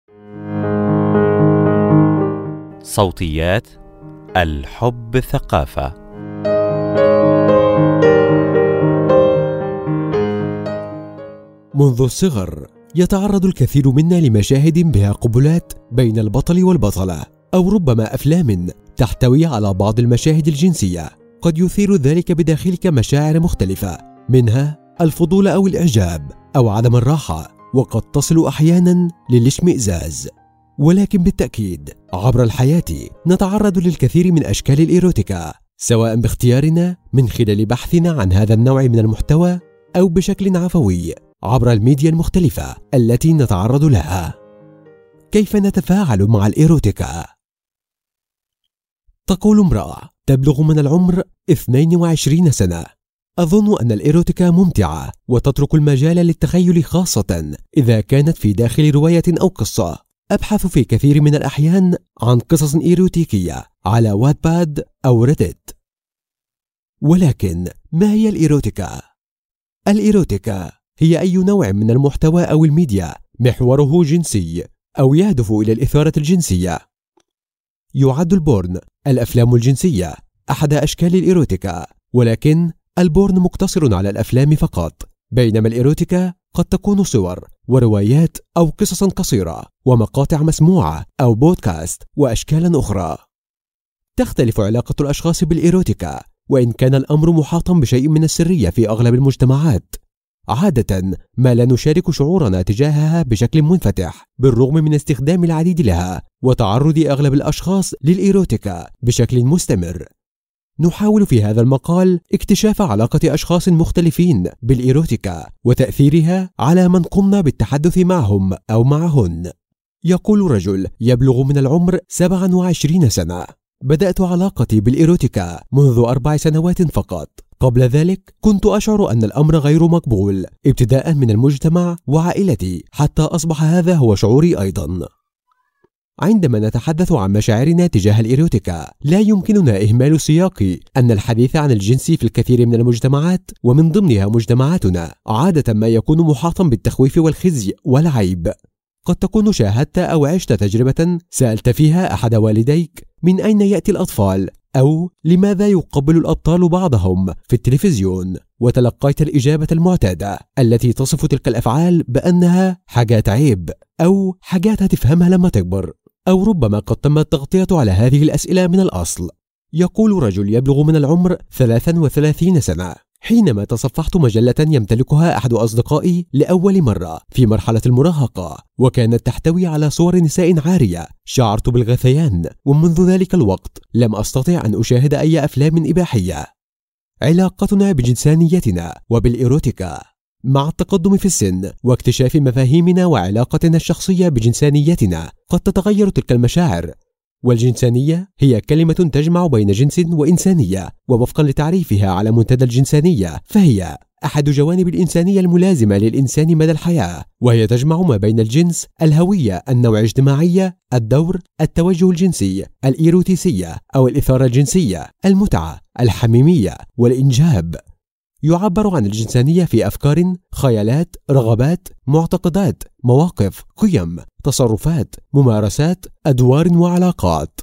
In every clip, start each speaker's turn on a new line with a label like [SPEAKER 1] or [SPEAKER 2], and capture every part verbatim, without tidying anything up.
[SPEAKER 1] صوتيات الحب ثقافة.
[SPEAKER 2] منذ الصغر يتعرض الكثير منا لمشاهد بها قبلات بين البطل والبطلة، أو ربما أفلام تحتوي على بعض المشاهد الجنسية. قد يثير ذلك بداخلك مشاعر مختلفة، منها الفضول أو الإعجاب أو عدم الراحة، وقد تصل أحيانا للاشمئزاز. ولكن بالتأكيد عبر الحياة نتعرض للكثير من أشكال الإيروتيكا، سواء باختيارنا من خلال بحثنا عن هذا النوع من المحتوى أو بشكل عفوي عبر الميديا المختلفة التي نتعرض لها. كيف نتفاعل مع الإيروتيكا؟ تقول امرأة تبلغ من العمر اثنين وعشرين سنة: أظن أن الإيروتيكا ممتعة وتترك المجال للتخيل، خاصة إذا كانت في داخل رواية أو قصة. أبحث في كثير من الأحيان عن قصص إيروتيكية على واتباد أو ريديت. ولكن ما هي الإيروتيكا؟ الإيروتيكا هي أي نوع من المحتوى أو الميديا محوره جنسي أو يهدف إلى الإثارة الجنسية. يعد البورن، الأفلام الجنسية، أحد أشكال الإيروتيكا، ولكن البورن مقتصر على الأفلام فقط، بينما الإيروتيكا قد تكون صور وروايات أو قصص قصيرة ومقاطع مسموعة أو بودكاست وأشكالا أخرى. تختلف علاقة الأشخاص بالإيروتيكا، وإن كان الأمر محاطا بشيء من السرية في أغلب المجتمعات. عادة ما لا نشارك شعورنا تجاهها بشكل منفتح، بالرغم من استخدام العديد لها وتعرض أغلب الأشخاص للإيروتيكا بشكل مستمر. نحاول في هذا المقال اكتشاف علاقة أشخاص مختلفين بالإيروتيكا وتأثيرها على من قمنا بالتحدث معهم أو معهن. يقول رجل يبلغ من العمر سبعة وعشرين سنة: بدأت علاقتي بالإيروتيكا منذ أربع سنوات فقط. قبل ذلك كنت أشعر أن الأمر غير مقبول، ابتداء من المجتمع وعائلتي، حتى أصبح هذا هو شعوري أيضا. عندما نتحدث عن مشاعرنا تجاه الإيروتيكا، لا يمكننا إهمال سياق أن الحديث عن الجنس في الكثير من المجتمعات، ومن ضمنها مجتمعاتنا، عادة ما يكون محاطا بالتخويف والخزي والعيب. قد تكون شاهدت أو عشت تجربة سألت فيها أحد والديك: من أين يأتي الأطفال؟ أو لماذا يقبل الأبطال بعضهم في التلفزيون؟ وتلقيت الإجابة المعتادة التي تصف تلك الأفعال بأنها حاجات عيب أو حاجات هتفهمها لما تكبر. أو ربما قد تم التغطية على هذه الأسئلة من الأصل. يقول رجل يبلغ من العمر ثلاث وثلاثين سنة: حينما تصفحت مجلة يمتلكها أحد أصدقائي لأول مرة في مرحلة المراهقة، وكانت تحتوي على صور نساء عارية، شعرت بالغثيان، ومنذ ذلك الوقت لم أستطع أن أشاهد أي أفلام إباحية. علاقتنا بجنسانيتنا وبالإيروتيكا. مع التقدم في السن واكتشاف مفاهيمنا وعلاقتنا الشخصية بجنسانيتنا، قد تتغير تلك المشاعر. والجنسانية هي كلمة تجمع بين جنس وإنسانية، ووفقا لتعريفها على منتدى الجنسانية، فهي أحد جوانب الإنسانية الملازمة للإنسان مدى الحياة، وهي تجمع ما بين الجنس، الهوية، النوع الاجتماعية، الدور، التوجه الجنسي، الإيروتيسية أو الإثارة الجنسية، المتعة، الحميمية والإنجاب. يعبر عن الجنسانية في أفكار، خيالات، رغبات، معتقدات، مواقف، قيم، تصرفات، ممارسات، أدوار وعلاقات.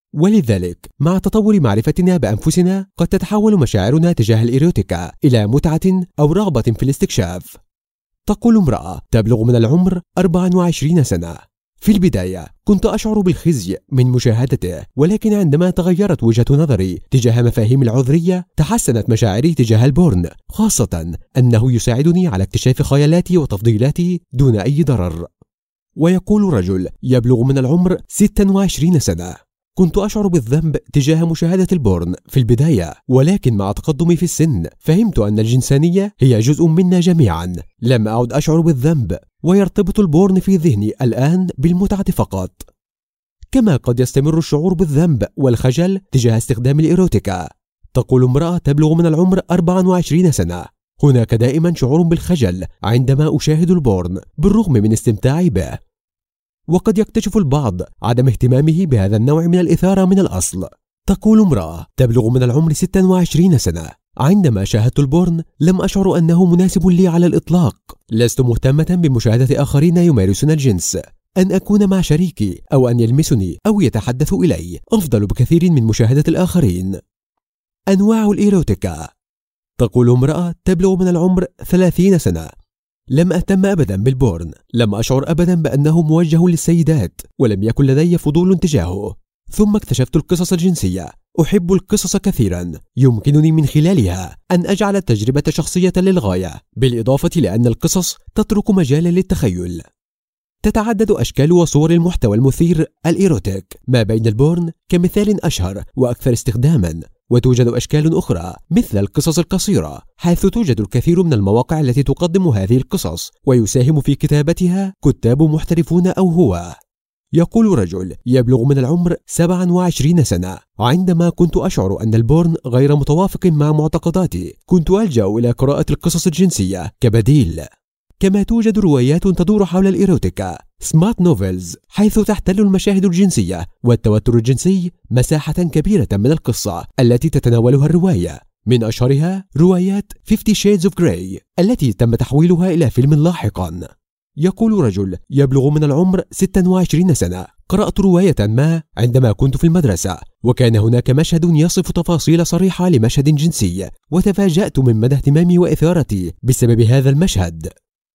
[SPEAKER 2] ولذلك مع تطور معرفتنا بأنفسنا، قد تتحول مشاعرنا تجاه الإيروتيكا إلى متعة أو رغبة في الاستكشاف. تقول امرأة تبلغ من العمر أربع وعشرين سنة: في البداية كنت أشعر بالخزي من مشاهدته، ولكن عندما تغيرت وجهة نظري تجاه مفاهيم العذرية، تحسنت مشاعري تجاه البورن، خاصة أنه يساعدني على اكتشاف خيالاتي وتفضيلاتي دون أي ضرر. ويقول رجل يبلغ من العمر ستة وعشرين سنة: كنت أشعر بالذنب تجاه مشاهدة البورن في البداية، ولكن مع تقدمي في السن فهمت أن الجنسانية هي جزء منا جميعا. لم أعد أشعر بالذنب، ويرتبط البورن في ذهني الآن بالمتعة فقط. كما قد يستمر الشعور بالذنب والخجل تجاه استخدام الإيروتيكا. تقول امرأة تبلغ من العمر أربع وعشرين سنة: هناك دائما شعور بالخجل عندما أشاهد البورن بالرغم من استمتاعي به. وقد يكتشف البعض عدم اهتمامه بهذا النوع من الإثارة من الأصل. تقول امرأة تبلغ من العمر ستة وعشرين سنة: عندما شاهدت البورن لم أشعر أنه مناسب لي على الإطلاق. لست مهتمة بمشاهدة آخرين يمارسون الجنس، أن أكون مع شريكي أو أن يلمسني أو يتحدث إلي أفضل بكثير من مشاهدة الآخرين. أنواع الإيروتيكا. تقول امرأة تبلغ من العمر ثلاثين سنة: لم أهتم أبدا بالبورن، لم أشعر أبدا بأنه موجه للسيدات، ولم يكن لدي فضول تجاهه، ثم اكتشفت القصص الجنسية. أحب القصص كثيرا، يمكنني من خلالها أن أجعل التجربة شخصية للغاية، بالإضافة لأن القصص تترك مجالا للتخيل. تتعدد أشكال وصور المحتوى المثير الإيروتيك ما بين البورن كمثال أشهر وأكثر استخداما، وتوجد أشكال أخرى مثل القصص القصيرة، حيث توجد الكثير من المواقع التي تقدم هذه القصص ويساهم في كتابتها كتاب محترفون أو هواة. يقول رجل يبلغ من العمر سبعة وعشرين سنة: عندما كنت أشعر أن البورن غير متوافق مع معتقداتي، كنت ألجأ إلى قراءة القصص الجنسية كبديل. كما توجد روايات تدور حول الإيروتيكا سمات نوفلز، حيث تحتل المشاهد الجنسية والتوتر الجنسي مساحة كبيرة من القصة التي تتناولها الرواية. من أشهرها روايات Fifty Shades of Grey التي تم تحويلها إلى فيلم لاحقا. يقول رجل يبلغ من العمر ستة وعشرين سنة: قرأت رواية ما عندما كنت في المدرسة، وكان هناك مشهد يصف تفاصيل صريحة لمشهد جنسي، وتفاجأت من مدى اهتمامي وإثارتي بسبب هذا المشهد.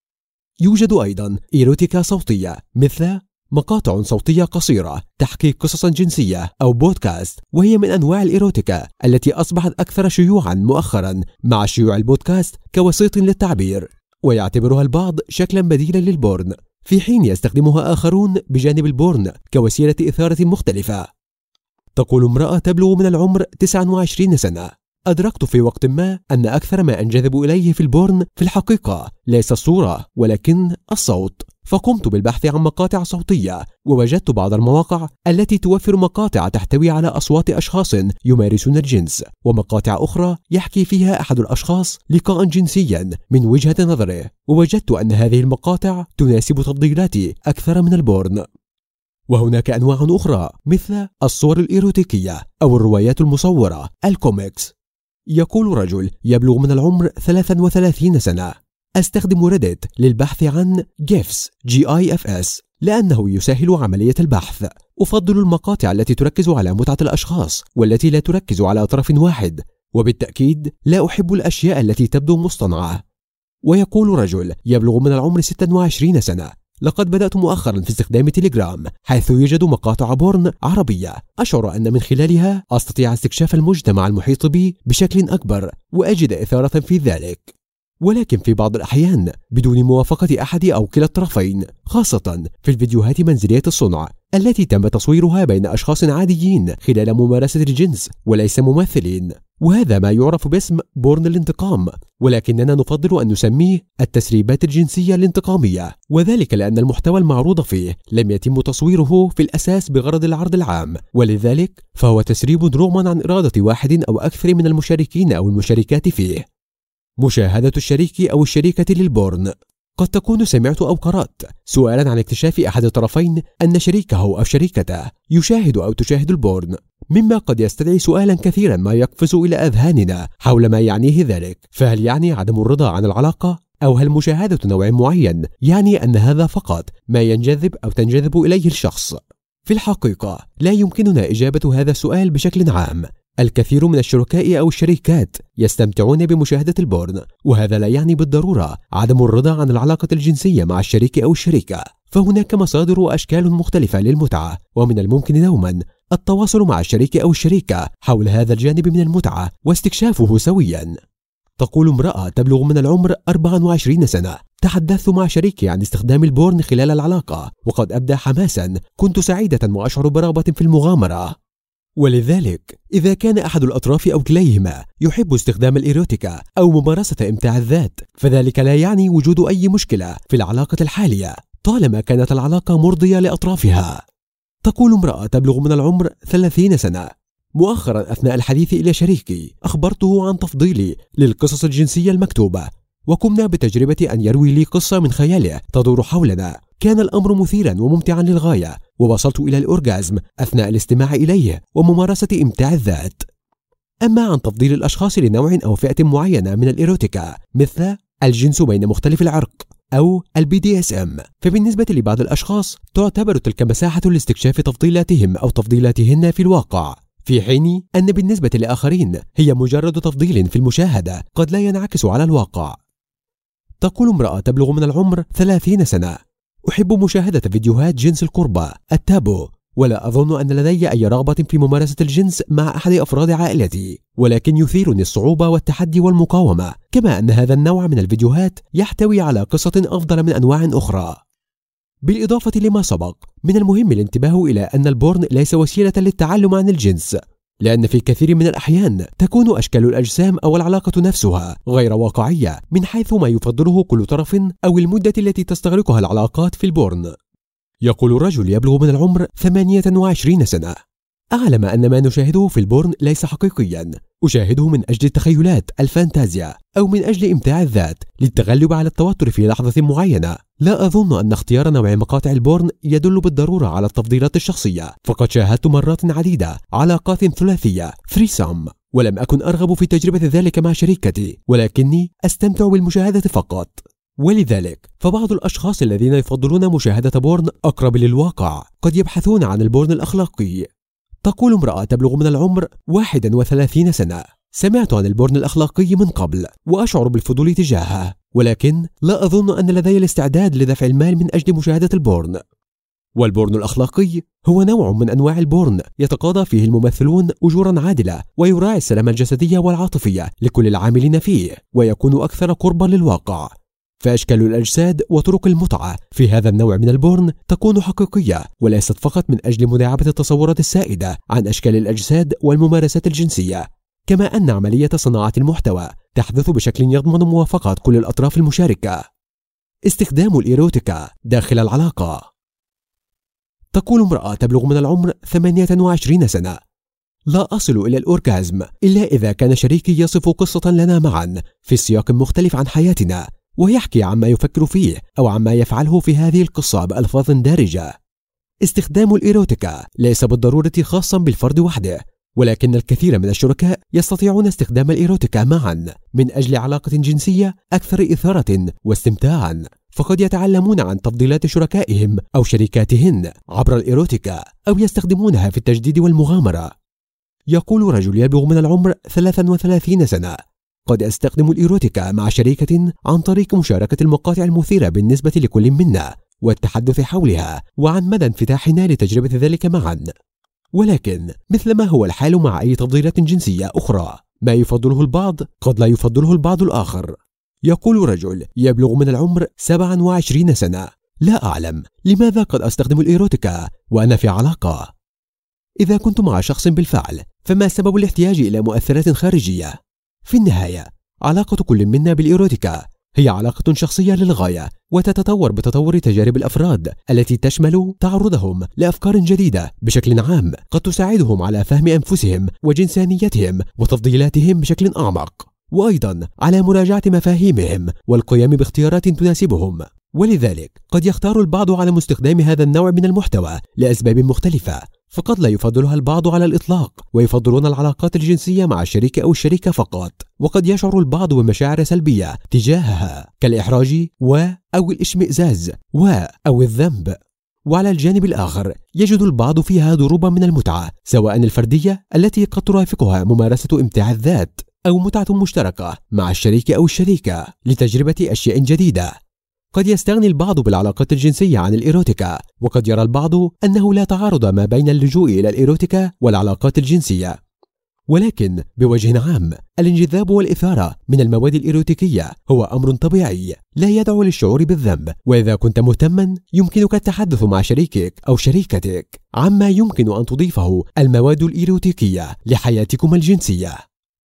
[SPEAKER 2] يوجد أيضا إيروتيكا صوتية مثل مقاطع صوتية قصيرة تحكي قصصا جنسية أو بودكاست، وهي من أنواع الإيروتيكا التي أصبحت أكثر شيوعا مؤخرا مع شيوع البودكاست كوسيط للتعبير، ويعتبرها البعض شكلا بديلا للبورن، في حين يستخدمها آخرون بجانب البورن كوسيلة إثارة مختلفة. تقول امرأة تبلغ من العمر تسعة وعشرين سنة: أدركت في وقت ما أن أكثر ما أنجذب إليه في البورن في الحقيقة ليس الصورة ولكن الصوت، فقمت بالبحث عن مقاطع صوتية، ووجدت بعض المواقع التي توفر مقاطع تحتوي على أصوات أشخاص يمارسون الجنس، ومقاطع أخرى يحكي فيها أحد الأشخاص لقاء جنسيا من وجهة نظره، ووجدت أن هذه المقاطع تناسب تفضيلاتي أكثر من البورن. وهناك أنواع أخرى مثل الصور الإيروتيكية أو الروايات المصورة الكوميكس. يقول رجل يبلغ من العمر ثلاثة وثلاثين سنة: أستخدم ريديت للبحث عن جيفس جي آي إف إس لأنه يسهل عملية البحث. أفضل المقاطع التي تركز على متعة الأشخاص والتي لا تركز على طرف واحد، وبالتأكيد لا أحب الأشياء التي تبدو مصطنعة. ويقول رجل يبلغ من العمر ستة وعشرين سنة: لقد بدأت مؤخرا في استخدام تيليجرام، حيث يوجد مقاطع بورن عربية أشعر أن من خلالها أستطيع استكشاف المجتمع المحيط بي بشكل أكبر وأجد إثارة في ذلك، ولكن في بعض الأحيان بدون موافقة أحد أو كلا الطرفين، خاصة في الفيديوهات منزلية الصنع التي تم تصويرها بين أشخاص عاديين خلال ممارسة الجنس وليس ممثلين، وهذا ما يعرف باسم بورن الانتقام، ولكننا نفضل أن نسميه التسريبات الجنسية الانتقامية، وذلك لأن المحتوى المعروض فيه لم يتم تصويره في الأساس بغرض العرض العام، ولذلك فهو تسريب رغما عن إرادة واحد أو أكثر من المشاركين أو المشاركات فيه. مشاهدة الشريك أو الشريكة للبورن. قد تكون سمعت أو قرأت سؤالا عن اكتشاف أحد الطرفين أن شريكه أو شريكته يشاهد أو تشاهد البورن، مما قد يستدعي سؤالا كثيرا ما يقفز إلى أذهاننا حول ما يعنيه ذلك. فهل يعني عدم الرضا عن العلاقة؟ أو هل مشاهدة نوع معين يعني أن هذا فقط ما ينجذب أو تنجذب إليه الشخص؟ في الحقيقة لا يمكننا إجابة هذا السؤال بشكل عام. الكثير من الشركاء أو الشركات يستمتعون بمشاهدة البورن، وهذا لا يعني بالضرورة عدم الرضا عن العلاقة الجنسية مع الشريك أو الشريكة، فهناك مصادر وأشكال مختلفة للمتعة، ومن الممكن دوما التواصل مع الشريك أو الشريكة حول هذا الجانب من المتعة واستكشافه سويا. تقول امرأة تبلغ من العمر أربعة وعشرين سنة: تحدثت مع شريكي عن استخدام البورن خلال العلاقة، وقد أبدى حماسا، كنت سعيدة وأشعر برغبة في المغامرة. ولذلك إذا كان أحد الأطراف أو كليهما يحب استخدام الإيروتيكا أو ممارسة إمتاع الذات، فذلك لا يعني وجود أي مشكلة في العلاقة الحالية طالما كانت العلاقة مرضية لأطرافها. تقول امرأة تبلغ من العمر ثلاثين سنة: مؤخرا أثناء الحديث إلى شريكي أخبرته عن تفضيلي للقصص الجنسية المكتوبة، وقمنا بتجربة أن يروي لي قصة من خياله تدور حولنا. كان الأمر مثيرا وممتعا للغاية، ووصلت إلى الأورغازم أثناء الاستماع إليه وممارسة إمتاع الذات. أما عن تفضيل الأشخاص لنوع أو فئة معينة من الإيروتيكا مثل الجنس بين مختلف العرق، أو البي دي إس إم. فبالنسبة لبعض الأشخاص تعتبر تلك مساحة لاستكشاف تفضيلاتهم أو تفضيلاتهن في الواقع، في حين أن بالنسبة لآخرين هي مجرد تفضيل في المشاهدة قد لا ينعكس على الواقع. تقول امرأة تبلغ من العمر ثلاثين سنة: أحب مشاهدة فيديوهات جنس القربة التابو، ولا أظن أن لدي أي رغبة في ممارسة الجنس مع أحد أفراد عائلتي، ولكن يثيرني الصعوبة والتحدي والمقاومة، كما أن هذا النوع من الفيديوهات يحتوي على قصة أفضل من أنواع أخرى. بالإضافة لما سبق، من المهم الانتباه إلى أن البورن ليس وسيلة للتعلم عن الجنس، لأن في كثير من الأحيان تكون أشكال الأجسام أو العلاقة نفسها غير واقعية من حيث ما يفضله كل طرف أو المدة التي تستغرقها العلاقات في البورن. يقول رجل يبلغ من العمر ثمانية وعشرين سنة: أعلم أن ما نشاهده في البورن ليس حقيقيا، أشاهده من أجل التخيلات الفانتازيا أو من أجل إمتاع الذات للتغلب على التوتر في لحظة معينة. لا أظن أن اختيار نوع مقاطع البورن يدل بالضرورة على التفضيلات الشخصية، فقد شاهدت مرات عديدة علاقات ثلاثية ثريسام، ولم أكن أرغب في تجربة ذلك مع شريكتي، ولكني أستمتع بالمشاهدة فقط. ولذلك فبعض الأشخاص الذين يفضلون مشاهدة بورن أقرب للواقع قد يبحثون عن البورن الأخلاقي. تقول امرأة تبلغ من العمر واحد وثلاثين سنة: سمعت عن البورن الأخلاقي من قبل وأشعر بالفضول تجاهه، ولكن لا أظن أن لدي الاستعداد لدفع المال من أجل مشاهدة البورن. والبورن الأخلاقي هو نوع من أنواع البورن يتقاضى فيه الممثلون أجورا عادلة ويراعي السلامة الجسدية والعاطفية لكل العاملين فيه، ويكون أكثر قربا للواقع. فأشكال الأجساد وطرق المتعة في هذا النوع من البورن تكون حقيقية، وليست فقط من أجل مداعبة التصورات السائدة عن أشكال الأجساد والممارسات الجنسية، كما أن عملية صناعة المحتوى تحدث بشكل يضمن موافقة كل الأطراف المشاركة. استخدام الإيروتيكا داخل العلاقة. تقول امرأة تبلغ من العمر ثمانية وعشرين سنة: لا أصل إلى الأورغازم إلا إذا كان شريكي يصف قصة لنا معا في سياق مختلف عن حياتنا، ويحكي عما يفكر فيه أو عما يفعله في هذه القصة بألفاظ دارجة. استخدام الإيروتيكا ليس بالضرورة خاصا بالفرد وحده، ولكن الكثير من الشركاء يستطيعون استخدام الإيروتيكا معا من أجل علاقة جنسية أكثر إثارة واستمتاعا، فقد يتعلمون عن تفضيلات شركائهم أو شركاتهن عبر الإيروتيكا أو يستخدمونها في التجديد والمغامرة. يقول رجل يبلغ من العمر ثلاثة وثلاثين سنة: قد أستخدم الإيروتيكا مع شريكة عن طريق مشاركة المقاطع المثيرة بالنسبة لكل منا والتحدث حولها وعن مدى انفتاحنا لتجربة ذلك معا. ولكن مثل ما هو الحال مع أي تفضيلات جنسية أخرى، ما يفضله البعض قد لا يفضله البعض الآخر. يقول رجل يبلغ من العمر سبعة وعشرين سنة: لا أعلم لماذا قد أستخدم الإيروتيكا وأنا في علاقة. إذا كنت مع شخص بالفعل، فما سبب الاحتياج إلى مؤثرات خارجية؟ في النهاية علاقة كل منا بالإيروتيكا هي علاقة شخصية للغاية، وتتطور بتطور تجارب الأفراد التي تشمل تعرضهم لأفكار جديدة بشكل عام قد تساعدهم على فهم أنفسهم وجنسانيتهم وتفضيلاتهم بشكل أعمق، وأيضا على مراجعة مفاهيمهم والقيام باختيارات تناسبهم. ولذلك قد يختار البعض عدم استخدام هذا النوع من المحتوى لأسباب مختلفة، فقد لا يفضلها البعض على الإطلاق ويفضلون العلاقات الجنسية مع الشريك أو الشريكة فقط، وقد يشعر البعض بمشاعر سلبية تجاهها كالإحراج و أو الإشمئزاز و أو الذنب. وعلى الجانب الآخر يجد البعض فيها ضروبا من المتعة، سواء الفردية التي قد ترافقها ممارسة إمتاع الذات أو متعة مشتركة مع الشريك أو الشريكة لتجربة أشياء جديدة. قد يستغني البعض بالعلاقات الجنسية عن الإيروتيكا، وقد يرى البعض أنه لا تعارض ما بين اللجوء إلى الإيروتيكا والعلاقات الجنسية. ولكن بوجه عام الانجذاب والإثارة من المواد الإيروتيكية هو أمر طبيعي لا يدعو للشعور بالذنب، وإذا كنت مهتما يمكنك التحدث مع شريكك أو شريكتك عما يمكن أن تضيفه المواد الإيروتيكية لحياتكم الجنسية.